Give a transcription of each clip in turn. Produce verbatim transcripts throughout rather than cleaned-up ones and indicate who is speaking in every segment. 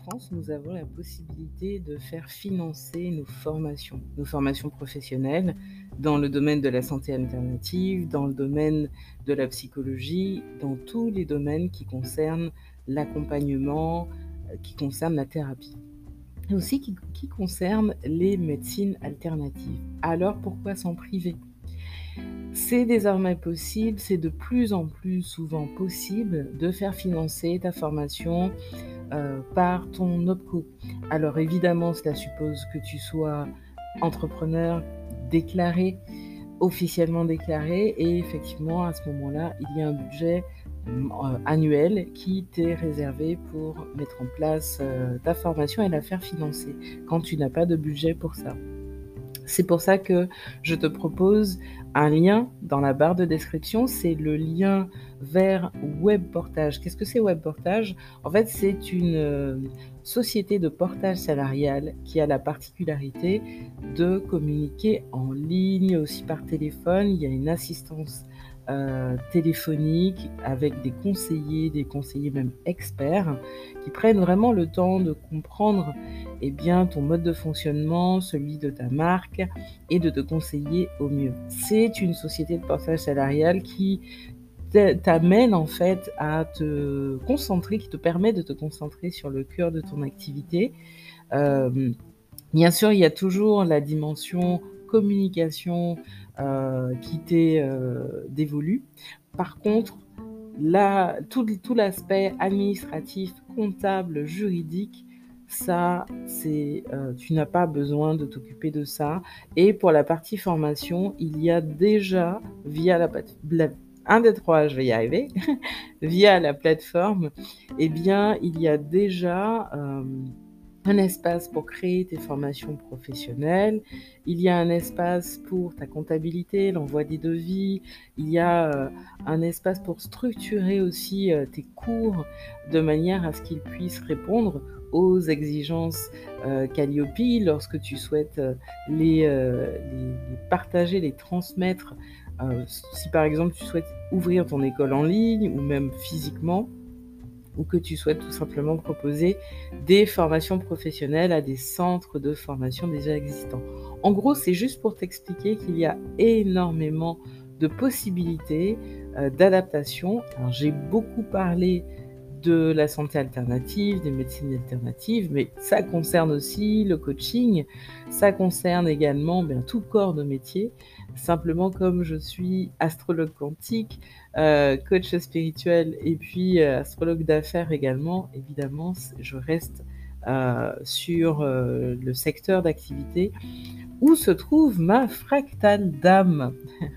Speaker 1: France, nous avons la possibilité de faire financer nos formations, nos formations professionnelles dans le domaine de la santé alternative, dans le domaine de la psychologie, dans tous les domaines qui concernent l'accompagnement, heu, qui concernent la thérapie et aussi qui qui concernent les médecines alternatives. Alors pourquoi s'en priver? C'est désormais possible, c'est de plus en plus souvent possible de faire financer ta formation, heu, par ton OPCO. Alors évidemment, cela suppose que tu sois entrepreneur déclaré, officiellement déclaré et effectivement à ce moment-là, il y a un budget, mmh, heu, annuel qui t'est réservé pour mettre en place, heu, ta formation et la faire financer, quand tu n'as pas de budget pour ça. C'est pour ça que je te propose un lien dans la barre de description, c'est le lien vers Webportage. Qu'est-ce que c'est Webportage? En fait, c'est une, heu, société de portage salarial qui a la particularité de communiquer en ligne, aussi par téléphone. Il y a une assistance, heu, téléphonique avec des conseillers, des conseillers même experts, qui prennent vraiment le temps de comprendre, eh bien, ton mode de fonctionnement, celui de ta marque et de te conseiller au mieux. C'est une société de portage salarial qui te t'amène en fait à te concentrer, qui te permet de te concentrer sur le cœur de ton activité. Hem, bien sûr, il y a toujours la dimension communication, heu, qui t'est, heu, dévolue. Par contre, la tout l tout l'aspect administratif, comptable, juridique, ça, c'est, heu, tu n'as pas besoin de t'occuper de ça et pour la partie formation, il y a déjà via la plate la un deux trois, je vais y arriver, via la plateforme, eh bien, il y a déjà, hem, un espace pour créer tes formations professionnelles. Il y a un espace pour ta comptabilité, l'envoi des devis. Il y a, heu, un espace pour structurer aussi, heu, tes cours de manière à ce qu'ils puissent répondre aux exigences, heu, Qualiopi lorsque tu souhaites, heu, les, heu, les les partager, les transmettre. Heu, s si par exemple tu souhaites ouvrir ton école en ligne ou même physiquement ou que tu souhaites tout simplement proposer des formations professionnelles à des centres de formation déjà existants. En gros, c'est juste pour t'expliquer qu'il y a énormément de possibilités, heu, d'adaptation. Alors j'ai beaucoup parlé de la santé alternative, des médecines alternatives, mais ça concerne aussi le coaching, ça concerne également, bien, tout corps de métier. Simplement, comme je suis astrologue quantique, heu, coach spirituel et puis, heu, astrologue d'affaires également, évidemment, c je reste, heu, sur, heu, le secteur d'activité où se trouve ma fractale d'âme.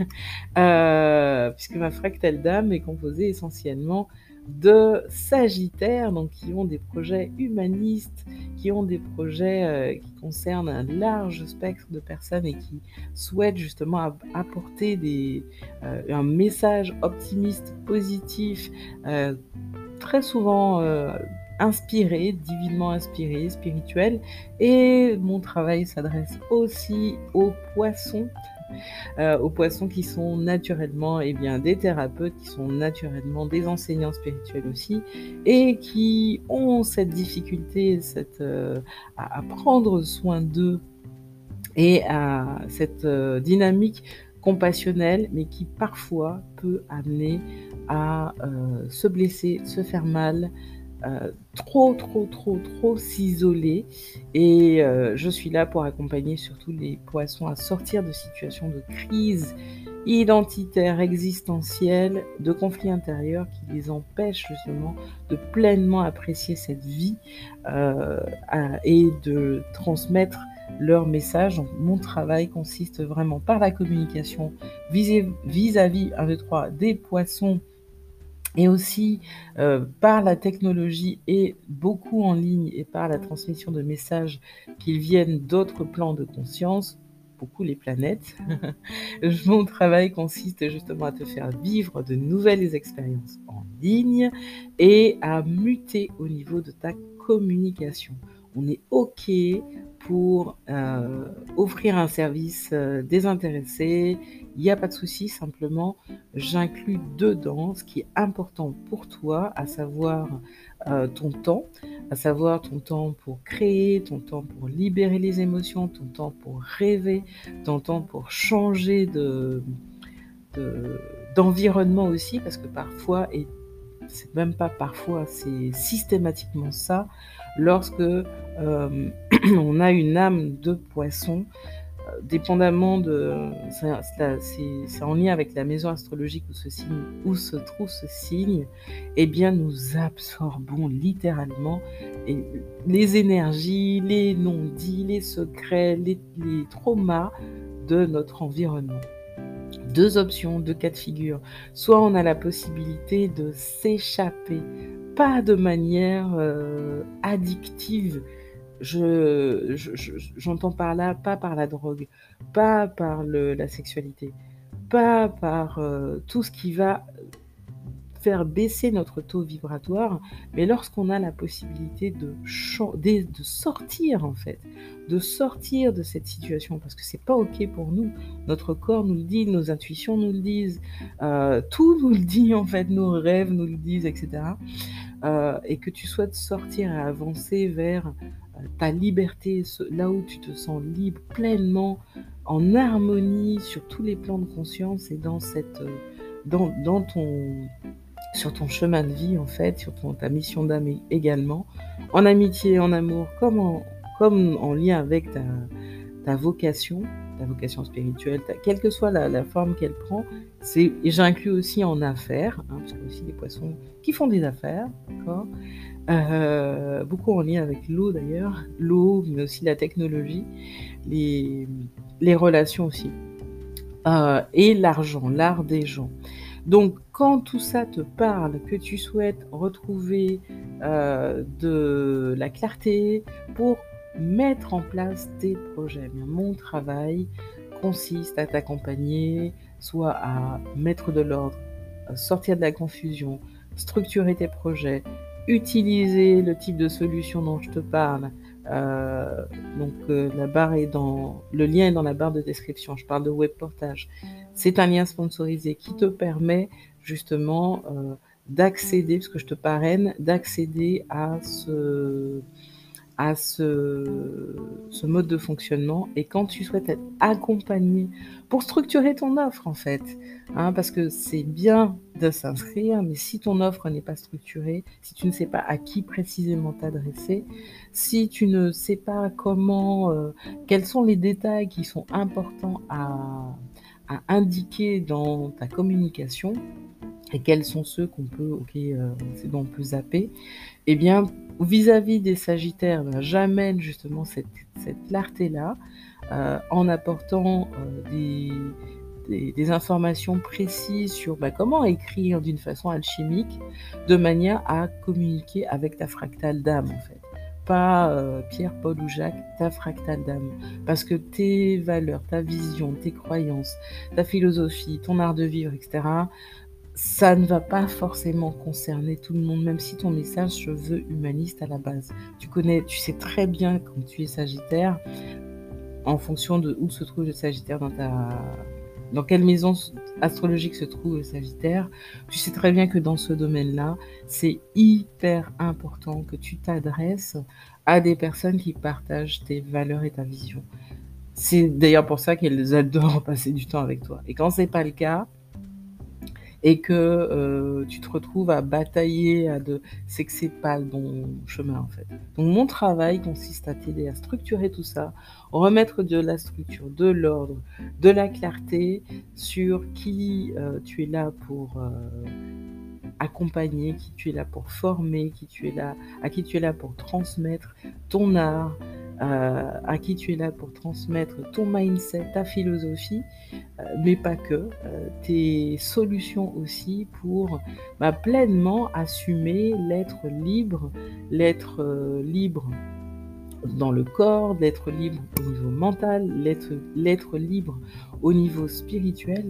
Speaker 1: Heu, puisque ma fractale d'âme est composée essentiellement de sagittaires, donc qui ont des projets humanistes, qui ont des projets, heu, qui concernent un large spectre de personnes et qui souhaitent justement ap apporter des, heu, un message optimiste, positif, heu, très souvent, heu, inspiré, divinement inspiré, spirituel et mon travail s'adresse aussi aux poissons, heu, aux poissons qui sont naturellement, eh bien, des thérapeutes, qui sont naturellement des enseignants spirituels aussi et qui ont cette difficulté, cette, heu, à à prendre soin d'eux et à cette, heu, dynamique compassionnelle, mais qui parfois peut amener à, heu, se blesser, se faire mal, heu, trop, trop, trop, trop s'isoler et heu, je suis là pour accompagner surtout les poissons à sortir de situations de crise identitaire, existentielle, de conflits intérieurs qui les empêchent justement de pleinement apprécier cette vie, heu, à et de transmettre leur message. Donc mon travail consiste vraiment par la communication visé vis-à-vis, un deux trois, des poissons et aussi, heu, par la technologie et beaucoup en ligne et par la transmission de messages qui viennent d'autres plans de conscience, beaucoup les planètes. J mon travail consiste justement à te faire vivre de nouvelles expériences en ligne et à muter au niveau de ta communication. On est OK pour, heu, offrir un service, heu, désintéressé. Il y a pas de souci, simplement j'inclus dedans ce qui est important pour toi, à savoir, heu, ton temps, à savoir ton temps pour créer, ton temps pour libérer les émotions, ton temps pour rêver, ton temps pour changer de de d'environnement aussi, parce que parfois, et c'est même pas parfois, c'est systématiquement ça, lorsque, hem, on a une âme de poisson, heu, dépendamment de c'est un c'est la c'est c'est en lien avec la maison astrologique où ce signe où se trouve ce signe, eh bien nous absorbons littéralement et les énergies, les non-dits, les secrets, les les traumas de notre environnement. Deux options, deux cas de figure. Soit on a la possibilité de s'échapper, pas de manière, heu, addictive. Je je je j'entends par là, pas par la drogue, pas par le la sexualité, pas par, heu, tout ce qui va faire baisser notre taux vibratoire, mais lorsqu'on a la possibilité de chan dé de sortir en fait, de sortir de cette situation parce que c'est pas OK pour nous. Notre corps nous le dit, nos intuitions nous le disent, heu, tout nous le dit en fait, nos rêves nous le disent et cetera, heu et que tu souhaites sortir et avancer vers, heu, ta liberté, ce là où tu te sens libre, pleinement en harmonie sur tous les plans de conscience et dans cette, heu, dans dans ton sur ton chemin de vie en fait, sur ton ta mission d'âme é également, en amitié, en amour, comme en comme en lien avec ta ta vocation, ta vocation spirituelle, ta quelle que soit la la forme qu'elle prend, c'est et j'inclus aussi en affaires, hein, parce qu'il y a aussi des poissons qui font des affaires, d'accord? Heu, beaucoup en lien avec l'eau d'ailleurs, l'eau, mais aussi la technologie, les les relations aussi, heu et l'argent, l'art des gens. Donc quand tout ça te parle, que tu souhaites retrouver, heu, de la clarté pour mettre en place tes projets, eh bien mon travail consiste à t'accompagner, soit à mettre de l'ordre, heu, sortir de la confusion, structurer tes projets, utiliser le type de solution dont je te parle, heu, donc heu, la barre est dans le lien est dans la barre de description. Je parle de web portage. C'est un lien sponsorisé qui te permet justement, heu, d'accéder, parce que je te parraine, d'accéder à ce à ce ce mode de fonctionnement et quand tu souhaites être accompagné pour structurer ton offre en fait, hein, parce que c'est bien de s'inscrire, mais si ton offre n'est pas structurée, si tu ne sais pas à qui précisément t'adresser, si tu ne sais pas comment, heu, quels sont les détails qui sont importants à à indiquer dans ta communication et quels sont ceux qu'on peut OK, heu, c'est bon, on peut zapper. Eh bien, vis-à-vis des sagittaires, ben, j'amène justement cette cette clarté-là, heu, en apportant, heu, des des des informations précises sur, bah, comment écrire d'une façon alchimique, de manière à communiquer avec ta fractale d'âme, en fait. Pas, heu, Pierre, Paul ou Jacques, ta fractale d'âme. Parce que tes valeurs, ta vision, tes croyances, ta philosophie, ton art de vivre et cetera, ça ne va pas forcément concerner tout le monde, même si ton message se veut humaniste à la base. Tu connais tu sais très bien quand tu es sagittaire, en fonction de où se trouve le sagittaire dans ta dans quelle maison s astrologique se trouve le sagittaire, tu sais très bien que dans ce domaine-là, c'est hyper important que tu t'adresses à des personnes qui partagent tes valeurs et ta vision. C'est d'ailleurs pour ça qu'elles adorent passer du temps avec toi et quand c'est pas le cas et que, heu, tu te retrouves à batailler, à de c'est que c'est pas le bon chemin, en fait. Donc mon travail consiste à t'aider à structurer tout ça, remettre de la structure, de l'ordre, de la clarté sur qui, heu, tu es là pour, heu, accompagner, qui tu es là pour former, qui tu es là à qui tu es là pour transmettre ton art, heu, à qui tu es là pour transmettre ton mindset, ta philosophie, heu, mais pas que, heu, tes solutions aussi pour, bah, pleinement assumer l'être libre, l'être, heu, libre dans le corps, l'être libre au niveau mental, l'être l'être libre au niveau spirituel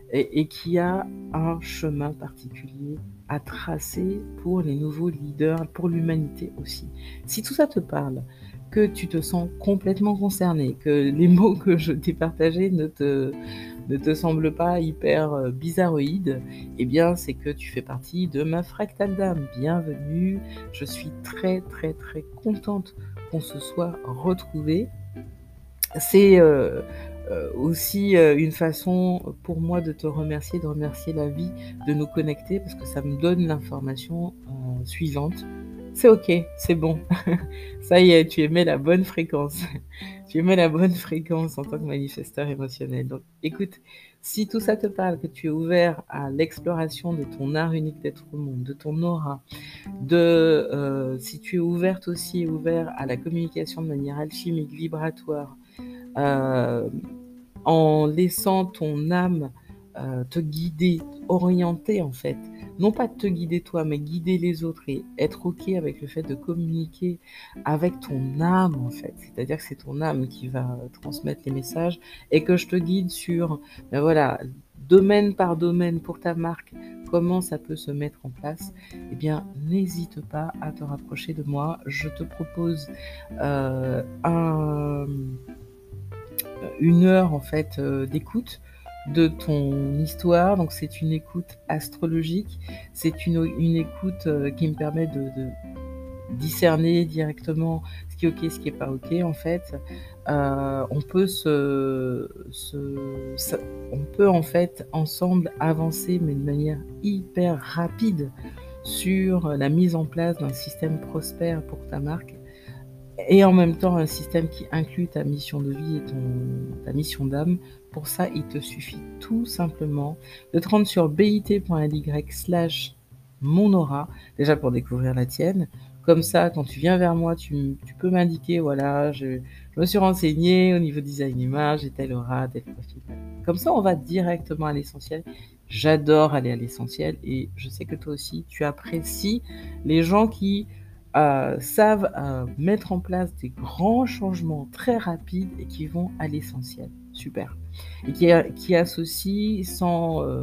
Speaker 1: et, et qui a un chemin particulier à tracer pour les nouveaux leaders, pour l'humanité aussi. Si tout ça te parle, que tu te sens complètement concerné, que les mots que je t'ai partagés ne te, ne te semblent pas hyper euh, bizarroïdes, eh bien c'est que tu fais partie de ma fractale d'âme. Bienvenue, je suis très très très contente qu'on se soit retrouvés. C'est euh, euh, aussi euh, une façon pour moi de te remercier, de remercier la vie, de nous connecter, parce que ça me donne l'information euh, suivante. C'est ok, c'est bon. Ça y est, tu émets la bonne fréquence. Tu émets la bonne fréquence en tant que manifesteur émotionnel. Donc écoute, si tout ça te parle, que tu es ouvert à l'exploration de ton art unique d'être au monde, de ton aura, de euh, si tu es ouverte aussi, ouvert à la communication de manière alchimique, vibratoire, euh, en laissant ton âme euh, te guider, orienter en fait, non pas te guider toi, mais guider les autres et être ok avec le fait de communiquer avec ton âme en fait, c'est-à-dire que c'est ton âme qui va transmettre les messages et que je te guide sur, ben voilà, domaine par domaine pour ta marque, comment ça peut se mettre en place, eh bien n'hésite pas à te rapprocher de moi. Je te propose euh, un une heure en fait euh, d'écoute de ton histoire. Donc c'est une écoute astrologique, c'est une, une écoute euh, qui me permet de, de discerner directement ce qui est ok, ce qui est pas ok en fait. Euh, on peut se, se, se, on peut en fait ensemble avancer, mais de manière hyper rapide sur la mise en place d'un système prospère pour ta marque. Et en même temps, un système qui inclut ta mission de vie et ton, ta mission d'âme. Pour ça, il te suffit tout simplement de te rendre sur bit.ly slash mon aura, déjà pour découvrir la tienne. Comme ça, quand tu viens vers moi, tu, tu peux m'indiquer, voilà, je, je me suis renseignée au niveau design image, j'ai telle aura, tel profil. Comme ça, on va directement à l'essentiel. J'adore aller à l'essentiel et je sais que toi aussi, tu apprécies les gens qui Euh, savent euh, mettre en place des grands changements très rapides et qui vont à l'essentiel. Super. Et qui, qui associent sans, euh,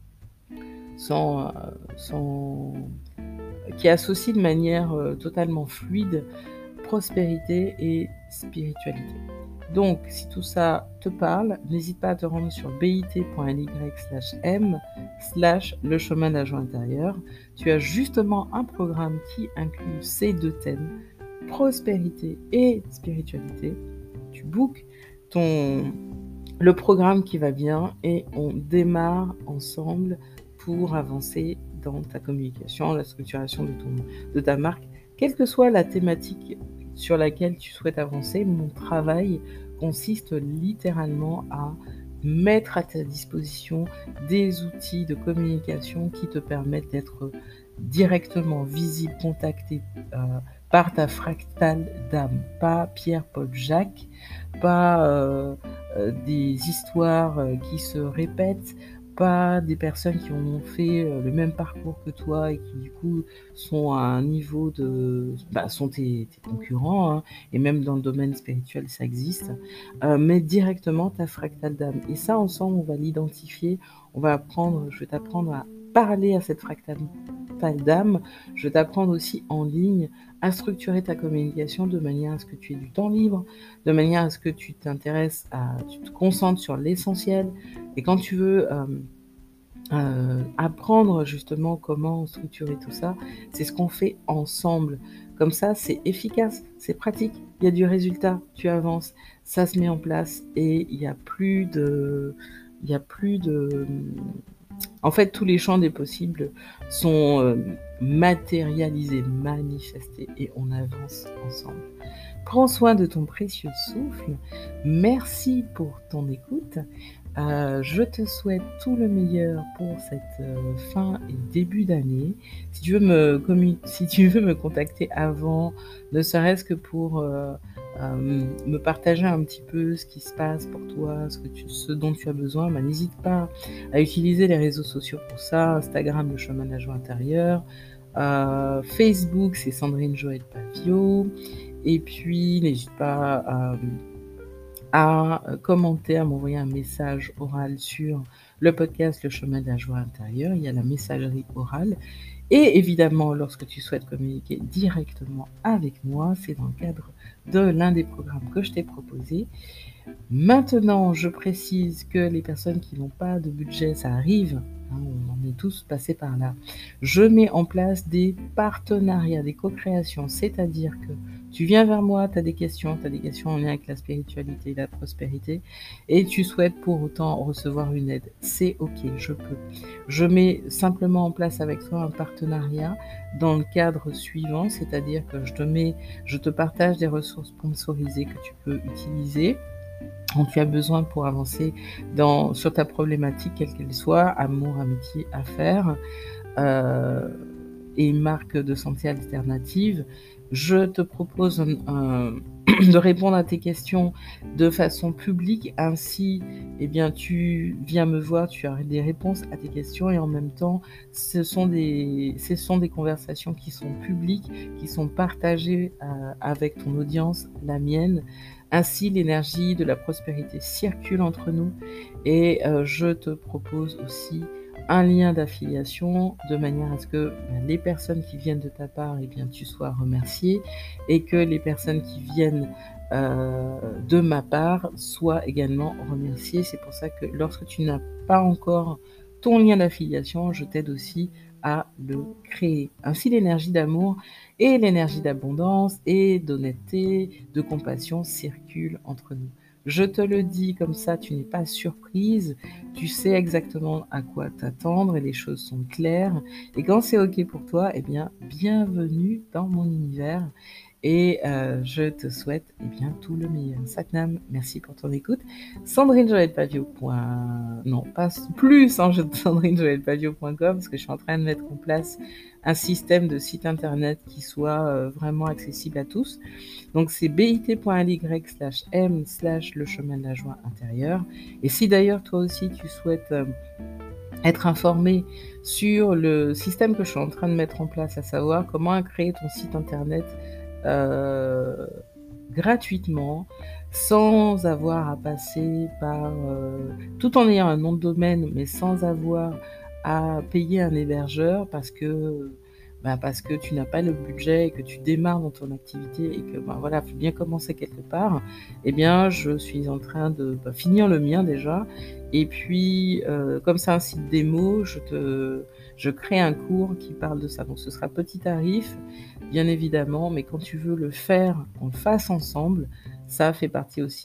Speaker 1: sans, euh, sans, qui associent de manière euh, totalement fluide prospérité et spiritualité. Donc, si tout ça te parle, n'hésite pas à te rendre sur bit.ly slash m slash le chemin d'agent intérieur. Tu as justement un programme qui inclut ces deux thèmes, prospérité et spiritualité. Tu bookes ton, le programme qui va bien et on démarre ensemble pour avancer dans ta communication, la structuration de, ton, de ta marque, quelle que soit la thématique sur laquelle tu souhaites avancer. Mon travail consiste littéralement à mettre à ta disposition des outils de communication qui te permettent d'être directement visible, contacté euh, par ta fractale d'âme, pas Pierre, Paul, Jacques, pas euh, euh, des histoires euh, qui se répètent, pas des personnes qui ont fait euh, le même parcours que toi et qui du coup sont à un niveau de... Bah, sont tes, tes concurrents, hein, et même dans le domaine spirituel ça existe, euh, mais directement ta fractale d'âme. Et ça ensemble on va l'identifier, on va apprendre, je vais t'apprendre à parler à cette fractale d'âme, je vais t'apprendre aussi en ligne à structurer ta communication de manière à ce que tu aies du temps libre, de manière à ce que tu t'intéresses, à, tu te concentres sur l'essentiel. Et quand tu veux euh, euh, apprendre justement comment structurer tout ça, c'est ce qu'on fait ensemble. Comme ça, c'est efficace, c'est pratique, il y a du résultat, tu avances, ça se met en place et il n'y a plus de... Il n'y a plus de... En fait, tous les champs des possibles sont euh, matérialisés, manifestés et on avance ensemble. Prends soin de ton précieux souffle. Merci pour ton écoute. Euh, je te souhaite tout le meilleur pour cette euh, fin et début d'année. Si tu veux me commun- si tu veux me contacter avant, ne serait-ce que pour euh, euh, me partager un petit peu ce qui se passe pour toi, ce, que tu, ce dont tu as besoin, bah, n'hésite pas à utiliser les réseaux sociaux pour ça. Instagram, le chemin d'agent intérieur. Euh, Facebook, c'est Sandrine Joël Pavio. Et puis, n'hésite pas à, à commenter, à m'envoyer un message oral sur le podcast Le chemin de la joie intérieure, il y a la messagerie orale et évidemment, lorsque tu souhaites communiquer directement avec moi, c'est dans le cadre de l'un des programmes que je t'ai proposé. Maintenant, je précise que les personnes qui n'ont pas de budget, ça arrive, hein, on en est tous passés par là. Je mets en place des partenariats, des co-créations, c'est-à-dire que tu viens vers moi, tu as des questions, tu as des questions en lien avec la spiritualité, la prospérité, et tu souhaites pour autant recevoir une aide. C'est ok, je peux. Je mets simplement en place avec toi un partenariat dans le cadre suivant, c'est-à-dire que je te mets, je te partage des ressources sponsorisées que tu peux utiliser dont tu as besoin pour avancer dans, sur ta problématique, quelle qu'elle soit, amour, amitié, affaires, euh, et marque de santé alternative. Je te propose un, un, de répondre à tes questions de façon publique. Ainsi, eh bien, tu viens me voir, tu as des réponses à tes questions et en même temps, ce sont des, ce sont des conversations qui sont publiques, qui sont partagées euh, avec ton audience, la mienne. Ainsi, l'énergie de la prospérité circule entre nous et euh, je te propose aussi un lien d'affiliation de manière à ce que les personnes qui viennent de ta part, eh bien, tu sois remercié et que les personnes qui viennent euh, de ma part soient également remerciées. C'est pour ça que lorsque tu n'as pas encore ton lien d'affiliation, je t'aide aussi à le créer. Ainsi, l'énergie d'amour et l'énergie d'abondance et d'honnêteté, de compassion circulent entre nous. Je te le dis comme ça, tu n'es pas surprise, tu sais exactement à quoi t'attendre et les choses sont claires. Et quand c'est ok pour toi, eh bien, bienvenue dans mon univers. Et euh, je te souhaite eh bien, tout le meilleur. Satnam, merci pour ton écoute. Sandrine Joël Pavio. Non, pas plus hein, Sandrine Joël Pavio point com parce que je suis en train de mettre en place un système de site internet qui soit euh, vraiment accessible à tous. Donc c'est bit.ly slash m slash le chemin de la joie intérieure. Et si d'ailleurs toi aussi tu souhaites euh, être informé sur le système que je suis en train de mettre en place, à savoir comment créer ton site internet Euh, gratuitement, sans avoir à passer par, euh, tout en ayant un nom de domaine, mais sans avoir à payer un hébergeur parce que, bah parce que tu n'as pas le budget et que tu démarres dans ton activité et que, bah voilà, faut bien commencer quelque part. Eh bien, je suis en train de bah, finir le mien déjà. Et puis, euh, comme c'est un site démo, je te, je crée un cours qui parle de ça. Donc, ce sera petit tarif, bien évidemment, mais quand tu veux le faire, qu'on le fasse ensemble, ça fait partie aussi.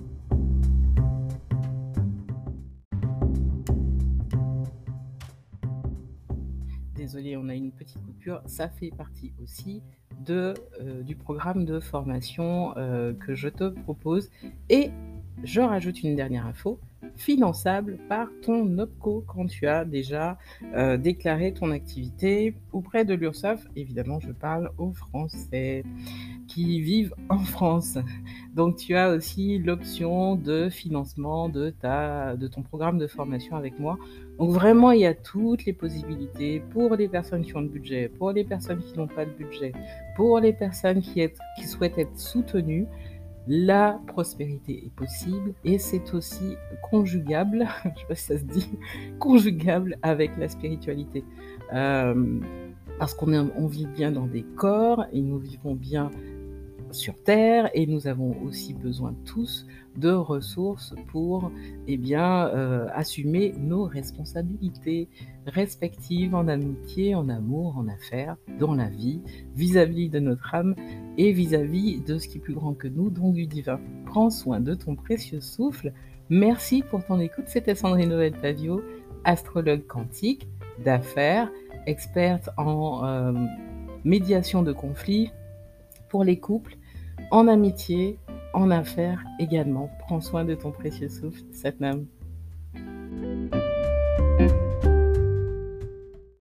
Speaker 1: Désolée, on a une petite coupure. Ça fait partie aussi de, euh, du programme de formation euh, que je te propose. Et je rajoute une dernière info, finançable par ton OPCO quand tu as déjà euh, déclaré ton activité auprès de l'URSSAF. Évidemment, je parle aux Français qui vivent en France. Donc, tu as aussi l'option de financement de, ta, de ton programme de formation avec moi. Donc, vraiment, il y a toutes les possibilités pour les personnes qui ont le budget, pour les personnes qui n'ont pas de budget, pour les personnes qui, est, qui souhaitent être soutenues. La prospérité est possible et c'est aussi conjugable, je ne sais pas si ça se dit, conjugable avec la spiritualité. Euh, parce qu'on est, on vit bien dans des corps et nous vivons bien sur Terre et nous avons aussi besoin tous de ressources pour eh bien, euh, assumer nos responsabilités respectives en amitié, en amour, en affaires, dans la vie, vis-à-vis de notre âme et vis-à-vis de ce qui est plus grand que nous, donc du divin. Prends soin de ton précieux souffle. Merci pour ton écoute. C'était Sandrine Joël Pavio, astrologue quantique, d'affaires, experte en euh, médiation de conflits pour les couples, en amitié, en affaires également. Prends soin de ton précieux souffle. Satnam.